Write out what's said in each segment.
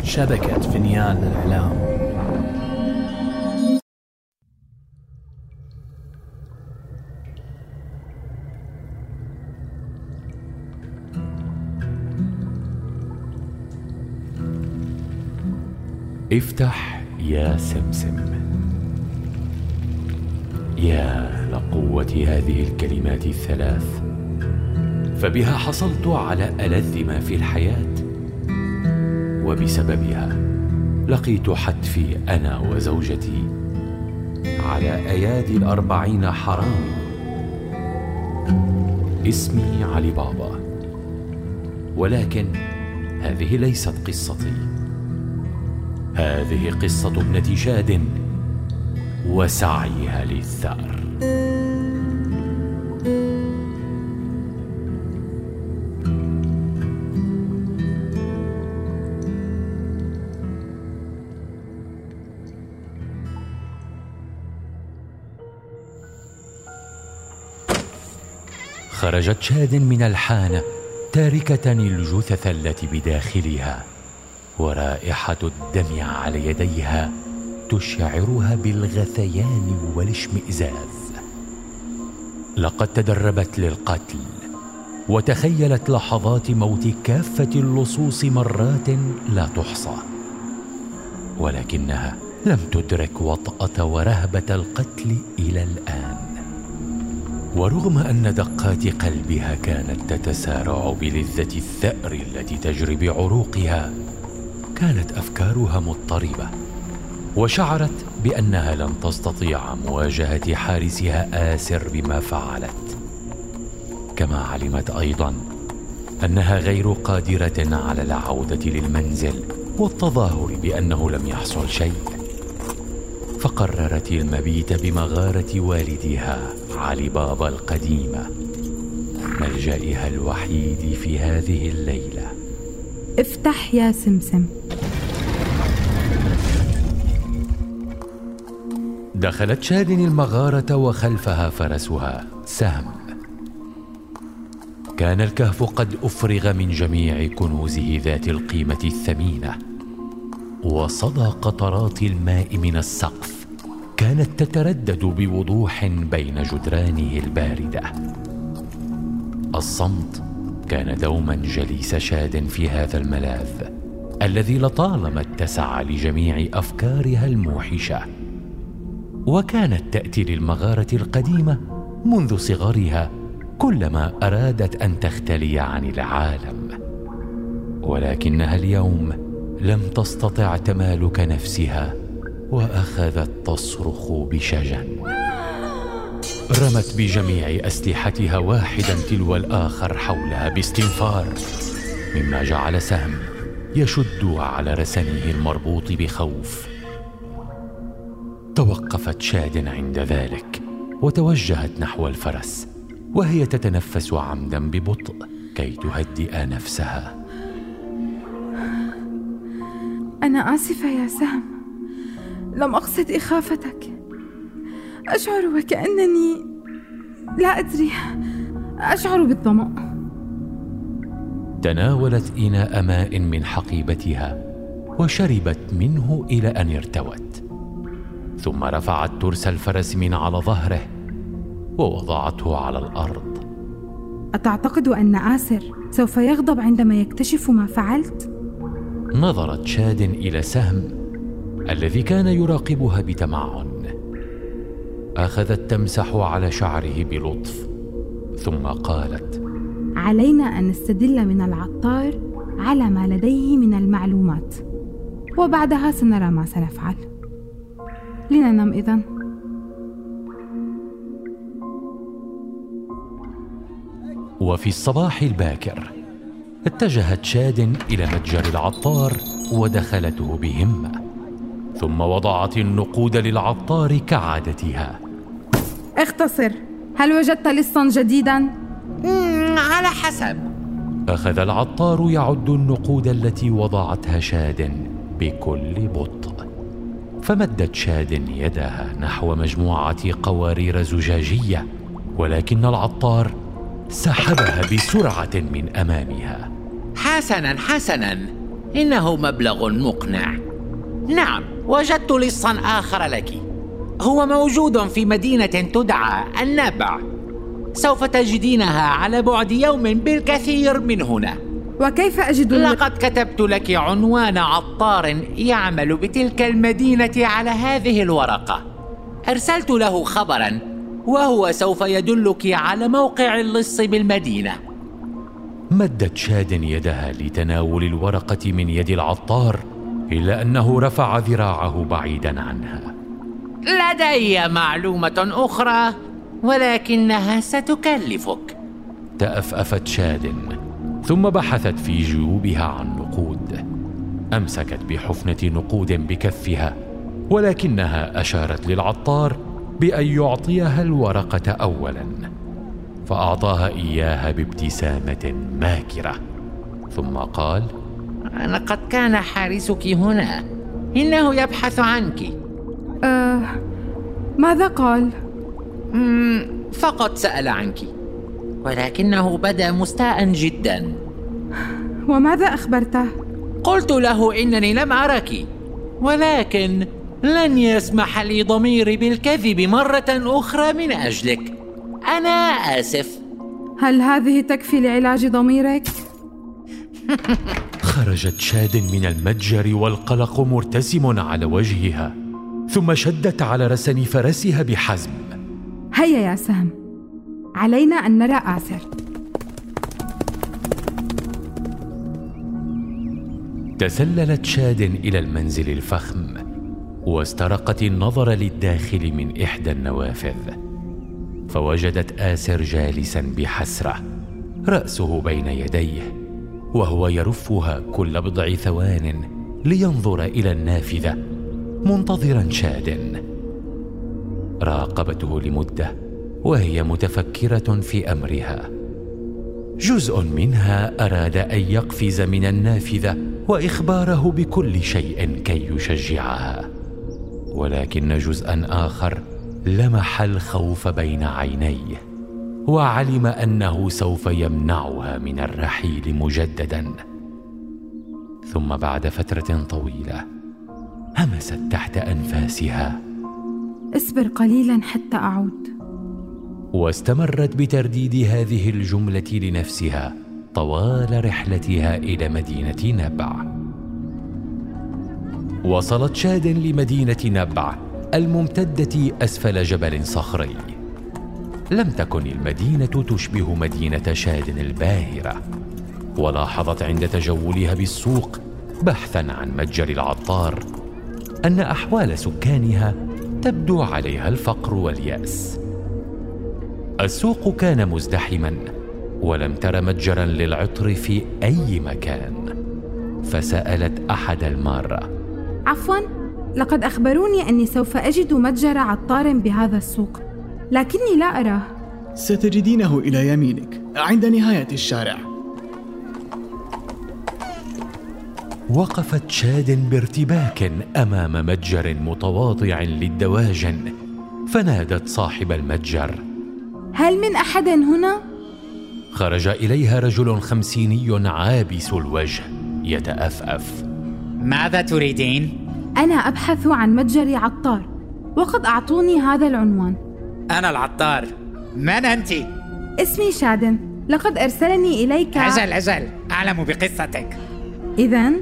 شبكة فينيان للإعلام. افتح يا سمسم. يا لقوة هذه الكلمات الثلاث، فبها حصلت على ألذ ما في الحياة، وبسببها لقيت حتفي أنا وزوجتي على أيادي 40 حرامي. اسمي علي بابا، ولكن هذه ليست قصتي، هذه قصة ابنة شاد وسعيها للثأر. خرجت شاد من الحانة تاركة الجثث التي بداخلها، ورائحة الدم على يديها تشعرها بالغثيان والاشمئزاز. لقد تدربت للقتل، وتخيلت لحظات موت كافة اللصوص مرات لا تحصى، ولكنها لم تدرك وطأة ورهبة القتل إلى الآن. ورغم أن دقات قلبها كانت تتسارع بلذة الثأر التي تجري بعروقها، كانت أفكارها مضطربة، وشعرت بأنها لن تستطيع مواجهة حارسها آسر بما فعلت. كما علمت أيضا أنها غير قادرة على العودة للمنزل والتظاهر بأنه لم يحصل شيء، فقررت المبيت بمغارة والدها علي بابا القديمة، ملجئها الوحيد في هذه الليلة. افتح يا سمسم. دخلت شاد المغارة وخلفها فرسها سهم. كان الكهف قد أفرغ من جميع كنوزه ذات القيمة الثمينة، وصدى قطرات الماء من السقف كانت تتردد بوضوح بين جدرانه الباردة. الصمت كان دوما جليس شاد في هذا الملاذ الذي لطالما اتسع لجميع أفكارها الموحشة، وكانت تأتي للمغارة القديمة منذ صغرها كلما أرادت أن تختلي عن العالم، ولكنها اليوم لم تستطع تمالك نفسها، وأخذت تصرخ بشجن. رمت بجميع أسلحتها واحدا تلو الآخر حولها باستنفار، مما جعل سهم يشد على رسنه المربوط بخوف. توقفت شاد عند ذلك وتوجهت نحو الفرس، وهي تتنفس عمدا ببطء كي تهدئ نفسها. أنا آسفة يا سهم، لم أقصد إخافتك. أشعر وكأنني لا أدري، أشعر بالظمأ. تناولت إناء ماء من حقيبتها وشربت منه إلى أن ارتوت، ثم رفعت ترس الفرس من على ظهره ووضعته على الأرض. أتعتقد أن آسر سوف يغضب عندما يكتشف ما فعلت؟ نظرت شاد إلى سهم الذي كان يراقبها بتمعن. أخذت تمسح على شعره بلطف، ثم قالت: علينا أن نستدل من العطار على ما لديه من المعلومات، وبعدها سنرى ما سنفعل. لننام إذن. وفي الصباح الباكر اتجهت شاد إلى متجر العطار ودخلته بهمة، ثم وضعت النقود للعطار كعادتها. اختصر، هل وجدت لصا جديدا؟ على حسب. أخذ العطار يعد النقود التي وضعتها شاد بكل بطء، فمدت شاد يدها نحو مجموعة قوارير زجاجية، ولكن العطار سحبها بسرعة من أمامها. حسناً، إنه مبلغ مقنع. نعم، وجدت لصا آخر لك. هو موجود في مدينة تدعى النبع. سوف تجدينها على بعد يوم بالكثير من هنا. وكيف أجد لقد كتبت لك عنوان عطار يعمل بتلك المدينة على هذه الورقة. أرسلت له خبراً وهو سوف يدلك على موقع اللص بالمدينة. مدت شاد يدها لتناول الورقة من يد العطار، إلا أنه رفع ذراعه بعيداً عنها. لدي معلومة أخرى ولكنها ستكلفك. تأفأفت شاد، ثم بحثت في جيوبها عن نقود. أمسكت بحفنة نقود بكفها، ولكنها أشارت للعطار بأن يعطيها الورقة أولاً، فأعطاها إياها بابتسامة ماكرة، ثم قال: لقد كان حارسك هنا، إنه يبحث عنك. ماذا قال؟ فقط سأل عنك، ولكنه بدا مستاء جدا. وماذا أخبرته؟ قلت له إنني لم أرك، ولكن لن يسمح لي ضميري بالكذب مرة أخرى من أجلك. أنا آسف. هل هذه تكفي لعلاج ضميرك؟ خرجت شاد من المتجر والقلق مرتسم على وجهها، ثم شدت على رسن فرسها بحزم. هيا يا سهم، علينا أن نرى آسر. تسللت شاد إلى المنزل الفخم، واسترقت النظر للداخل من إحدى النوافذ، فوجدت آسر جالسا بحسرة، رأسه بين يديه، وهو يرفها كل بضع ثوان لينظر إلى النافذة منتظرا شاد. راقبته لمدة وهي متفكرة في أمرها. جزء منها أراد أن يقفز من النافذة وإخباره بكل شيء كي يشجعها، ولكن جزءا آخر لمح الخوف بين عينيه، وعلم أنه سوف يمنعها من الرحيل مجددا. ثم بعد فترة طويلة همست تحت أنفاسها: اصبر قليلا حتى أعود. واستمرت بترديد هذه الجملة لنفسها طوال رحلتها إلى مدينة نبع. وصلت شاد لمدينة نبع الممتدة أسفل جبل صخري. لم تكن المدينة تشبه مدينة شاد الباهرة، ولاحظت عند تجولها بالسوق بحثا عن متجر العطار أن أحوال سكانها تبدو عليها الفقر واليأس. السوق كان مزدحما، ولم تر متجرا للعطر في أي مكان، فسألت أحد المارة: عفوا، لقد أخبروني أني سوف أجد متجر عطار بهذا السوق، لكني لا أراه. ستجدينه إلى يمينك عند نهاية الشارع. وقفت شاد بارتباك أمام متجر متواضع للدواجن، فنادت صاحب المتجر: هل من أحد هنا؟ خرج إليها رجل خمسيني عابس الوجه يتأفأف. ماذا تريدين؟ أنا أبحث عن متجر عطار، وقد أعطوني هذا العنوان. أنا العطار. من أنت؟ اسمي شاد، لقد أرسلني إليك. أجل، أعلم بقصتك. إذن؟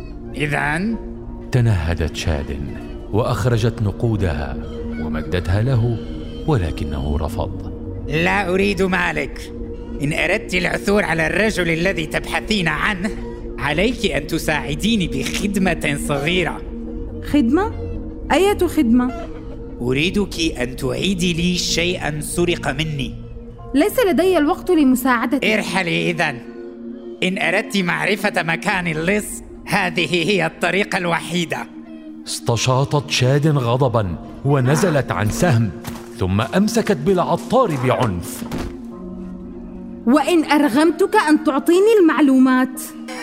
تنهدت شاد وأخرجت نقودها ومدتها له، ولكنه رفض. لا أريد مالك. إن أردت العثور على الرجل الذي تبحثين عنه، عليك أن تساعديني بخدمة صغيرة. خدمة؟ أية خدمة؟ أريدك أن تعيدي لي شيئا سرق مني. ليس لدي الوقت لمساعدتك. ارحلي إذن. إن أردت معرفة مكان اللص، هذه هي الطريقة الوحيدة. استشاطت شاد غضبا ونزلت عن سهم، ثم أمسكت بالعطار بعنف. وإن أرغمتك أن تعطيني المعلومات.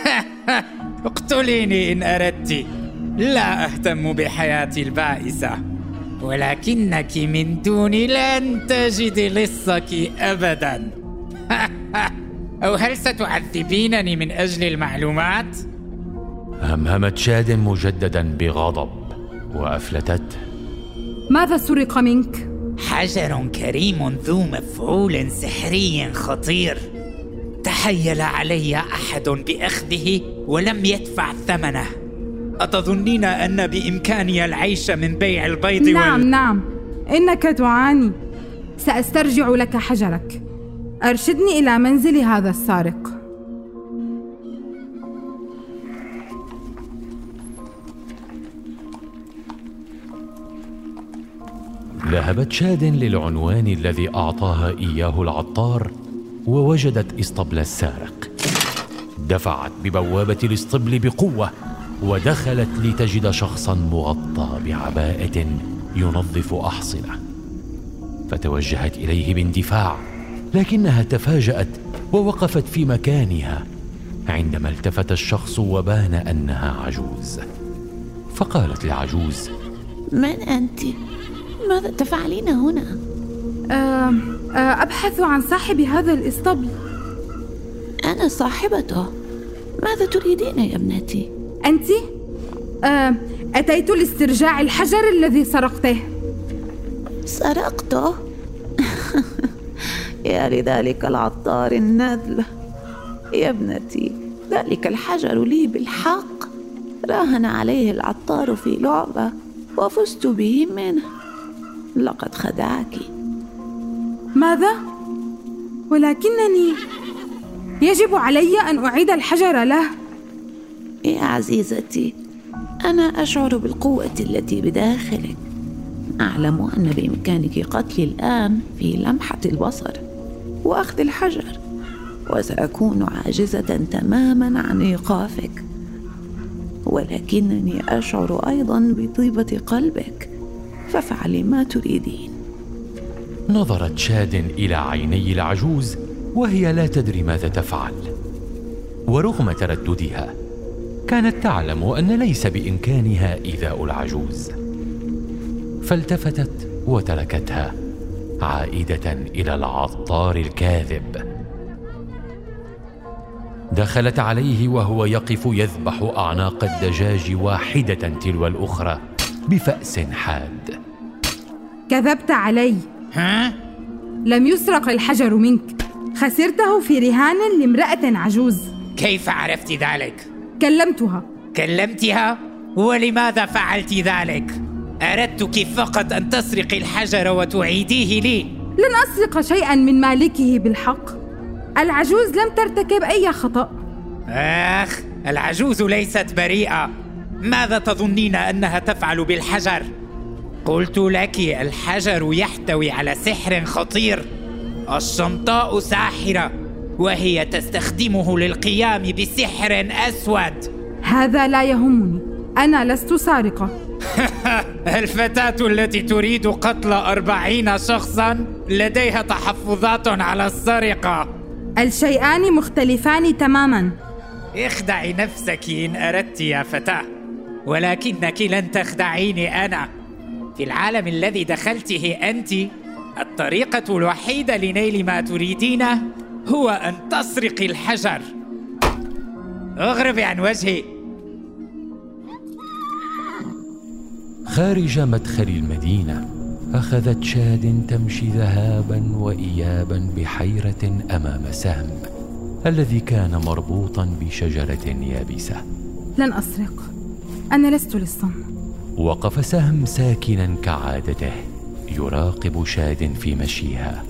اقتليني إن أردت، لا أهتم بحياتي البائسة، ولكنك من دوني لن تجدي لصك أبدا. أو هل ستعذبينني من أجل المعلومات؟ همهمت شاد مجددا بغضب وأفلتته. ماذا سرق منك؟ حجر كريم ذو مفعول سحري خطير، تحيل علي أحد بأخذه ولم يدفع ثمنه. أتظنين أن بإمكاني العيش من بيع البيض نعم، إنك تعاني. سأسترجع لك حجرك. أرشدني إلى منزل هذا السارق. ذهبت شاد للعنوان الذي أعطاها إياه العطار، ووجدت إسطبل السارق. دفعت ببوابة الإسطبل بقوة ودخلت لتجد شخصا مغطى بعباءة ينظف أحصنة، فتوجهت إليه باندفاع، لكنها تفاجأت ووقفت في مكانها عندما التفت الشخص وبان أنها عجوز. فقالت لعجوز: من أنت؟ ماذا تفعلين هنا؟ أبحث عن صاحب هذا الإسطبل. أنا صاحبته. ماذا تريدين يا ابنتي؟ أنت؟ أتيت لاسترجاع الحجر الذي سرقته. سرقته؟ يا لذلك العطار النذل. يا ابنتي، ذلك الحجر لي بالحق. راهن عليه العطار في لعبة وفزت به منه. لقد خدعك. ماذا؟ ولكنني يجب علي أن أعيد الحجر له. يا عزيزتي، أنا أشعر بالقوة التي بداخلك. أعلم أن بإمكانك قتلي الآن في لمحة البصر وأخذ الحجر، وسأكون عاجزة تماما عن إيقافك. ولكنني أشعر أيضا بطيبة قلبك، فافعلي ما تريدين. نظرت شاد إلى عيني العجوز وهي لا تدري ماذا تفعل، ورغم ترددها كانت تعلم أن ليس بإمكانها إيذاء العجوز، فالتفتت وتركتها عائدة إلى العطار الكاذب. دخلت عليه وهو يقف يذبح أعناق الدجاج واحدة تلو الأخرى بفأس حاد. كذبت علي. ها؟ لم يسرق الحجر منك، خسرته في رهان لامرأة عجوز. كيف عرفت ذلك؟ كلمتها. كلمتها؟ ولماذا فعلت ذلك؟ أردتك فقط أن تسرقي الحجر وتعيديه لي. لن أسرق شيئا من مالكه بالحق. العجوز لم ترتكب أي خطأ. العجوز ليست بريئة. ماذا تظنين أنها تفعل بالحجر؟ قلت لك الحجر يحتوي على سحر خطير. الشمطاء ساحرة، وهي تستخدمه للقيام بسحر أسود. هذا لا يهمني، أنا لست سارقة. الفتاة التي تريد قتل 40 شخصا لديها تحفظات على السرقة. الشيئان مختلفان تماما. اخدعي نفسك إن أردت يا فتاة، ولكنك لن تخدعيني أنا. في العالم الذي دخلته أنت، الطريقة الوحيدة لنيل ما تريدينه هو أن تسرقي الحجر. اغربي عن وجهي. خارج مدخل المدينة أخذت شاد تمشي ذهابا وإيابا بحيرة أمام سهم الذي كان مربوطا بشجرة يابسة. لن أسرق، أنا لست لصا. وقف سهم ساكنا كعادته يراقب شاد في مشيها.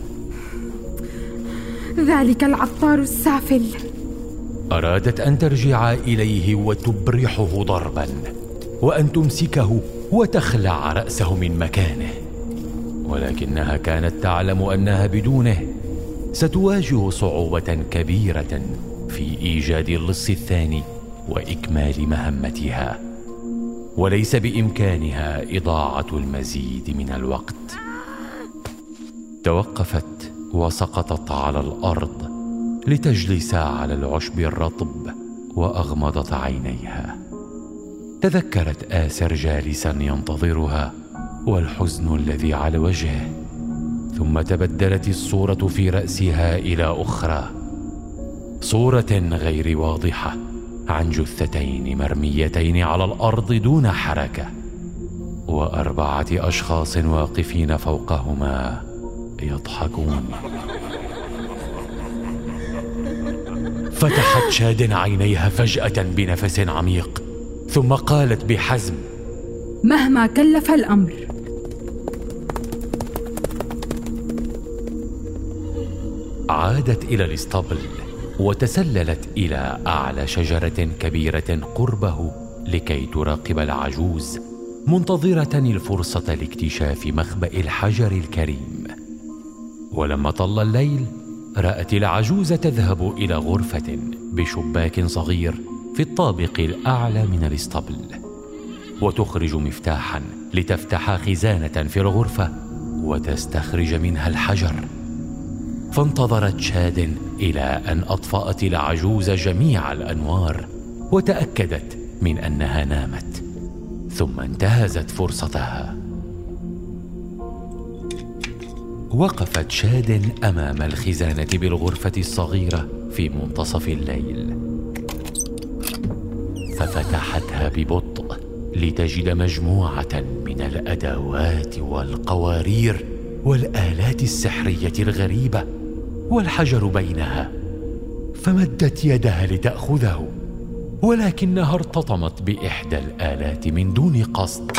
ذلك العطار السافل. أرادت أن ترجع إليه وتبرحه ضربا، وأن تمسكه وتخلع رأسه من مكانه، ولكنها كانت تعلم أنها بدونه ستواجه صعوبة كبيرة في إيجاد اللص الثاني وإكمال مهمتها، وليس بإمكانها إضاعة المزيد من الوقت. توقفت وسقطت على الأرض لتجلس على العشب الرطب وأغمضت عينيها. تذكرت آسر جالسا ينتظرها والحزن الذي على وجهه، ثم تبدلت الصورة في رأسها إلى أخرى، صورة غير واضحة عن جثتين مرميتين على الأرض دون حركة، و4 أشخاص واقفين فوقهما يضحكون. فتحت شاد عينيها فجأة بنفس عميق، ثم قالت بحزم: مهما كلف الأمر. عادت إلى الاسطبل وتسللت إلى أعلى شجرة كبيرة قربه لكي تراقب العجوز، منتظرة الفرصة لاكتشاف مخبأ الحجر الكريم. ولما طل الليل رأت العجوز تذهب إلى غرفة بشباك صغير في الطابق الأعلى من الاسطبل، وتخرج مفتاحا لتفتح خزانة في الغرفة وتستخرج منها الحجر. فانتظرت شاد إلى أن أطفأت العجوز جميع الأنوار وتأكدت من أنها نامت، ثم انتهزت فرصتها. وقفت شاد أمام الخزانة بالغرفة الصغيرة في منتصف الليل، ففتحتها ببطء لتجد مجموعة من الأدوات والقوارير والآلات السحرية الغريبة والحجر بينها، فمدت يدها لتأخذه، ولكنها ارتطمت بإحدى الآلات من دون قصد.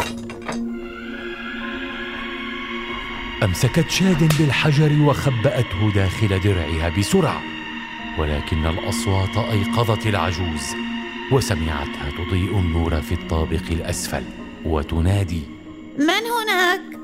أمسكت شاد بالحجر وخبأته داخل درعها بسرعة، ولكن الأصوات أيقظت العجوز، وسمعتها تضيء النور في الطابق الأسفل وتنادي: من هناك؟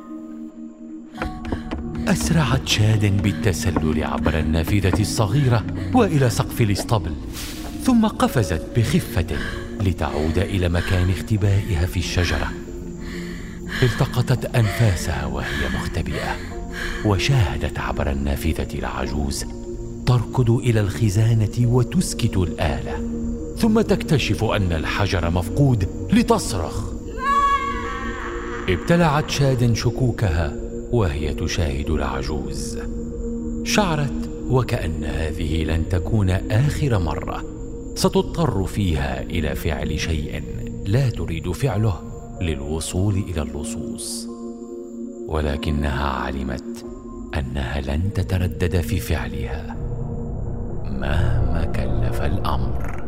أسرعت شاد بالتسلل عبر النافذة الصغيرة وإلى سقف الاسطبل، ثم قفزت بخفة لتعود إلى مكان اختبائها في الشجرة. التقطت أنفاسها وهي مختبئة، وشاهدت عبر النافذة العجوز تركض إلى الخزانة وتسكت الآلة، ثم تكتشف أن الحجر مفقود لتصرخ. ابتلعت شاد شكوكها وهي تشاهد العجوز. شعرت وكأن هذه لن تكون آخر مرة ستضطر فيها إلى فعل شيء لا تريد فعله للوصول إلى اللصوص، ولكنها علمت أنها لن تتردد في فعلها مهما كلف الأمر.